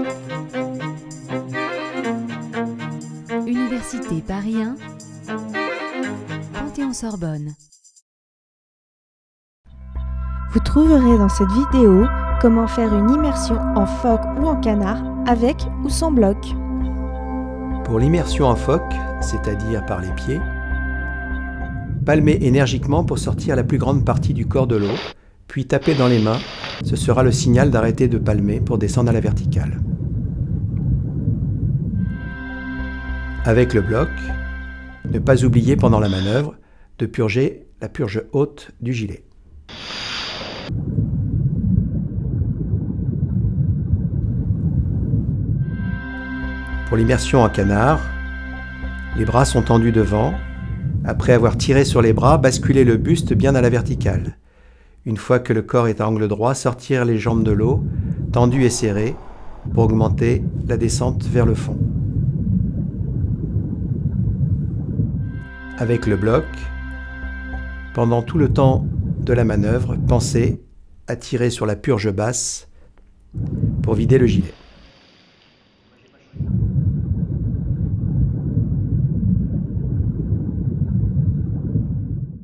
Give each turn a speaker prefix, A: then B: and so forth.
A: Université Paris 1, Panthéon-Sorbonne.
B: Vous trouverez dans cette vidéo comment faire une immersion en phoque ou en canard avec ou sans bloc.
C: Pour l'immersion en phoque, c'est-à-dire par les pieds, palmez énergiquement pour sortir la plus grande partie du corps de l'eau, puis tapez dans les mains, ce sera le signal d'arrêter de palmer pour descendre à la verticale. Avec le bloc, ne pas oublier pendant la manœuvre de purger la purge haute du gilet. Pour l'immersion en canard, les bras sont tendus devant. Après avoir tiré sur les bras, basculez le buste bien à la verticale. Une fois que le corps est à angle droit, sortir les jambes de l'eau, tendues et serrées, pour augmenter la descente vers le fond. Avec le bloc, pendant tout le temps de la manœuvre, pensez à tirer sur la purge basse pour vider le gilet.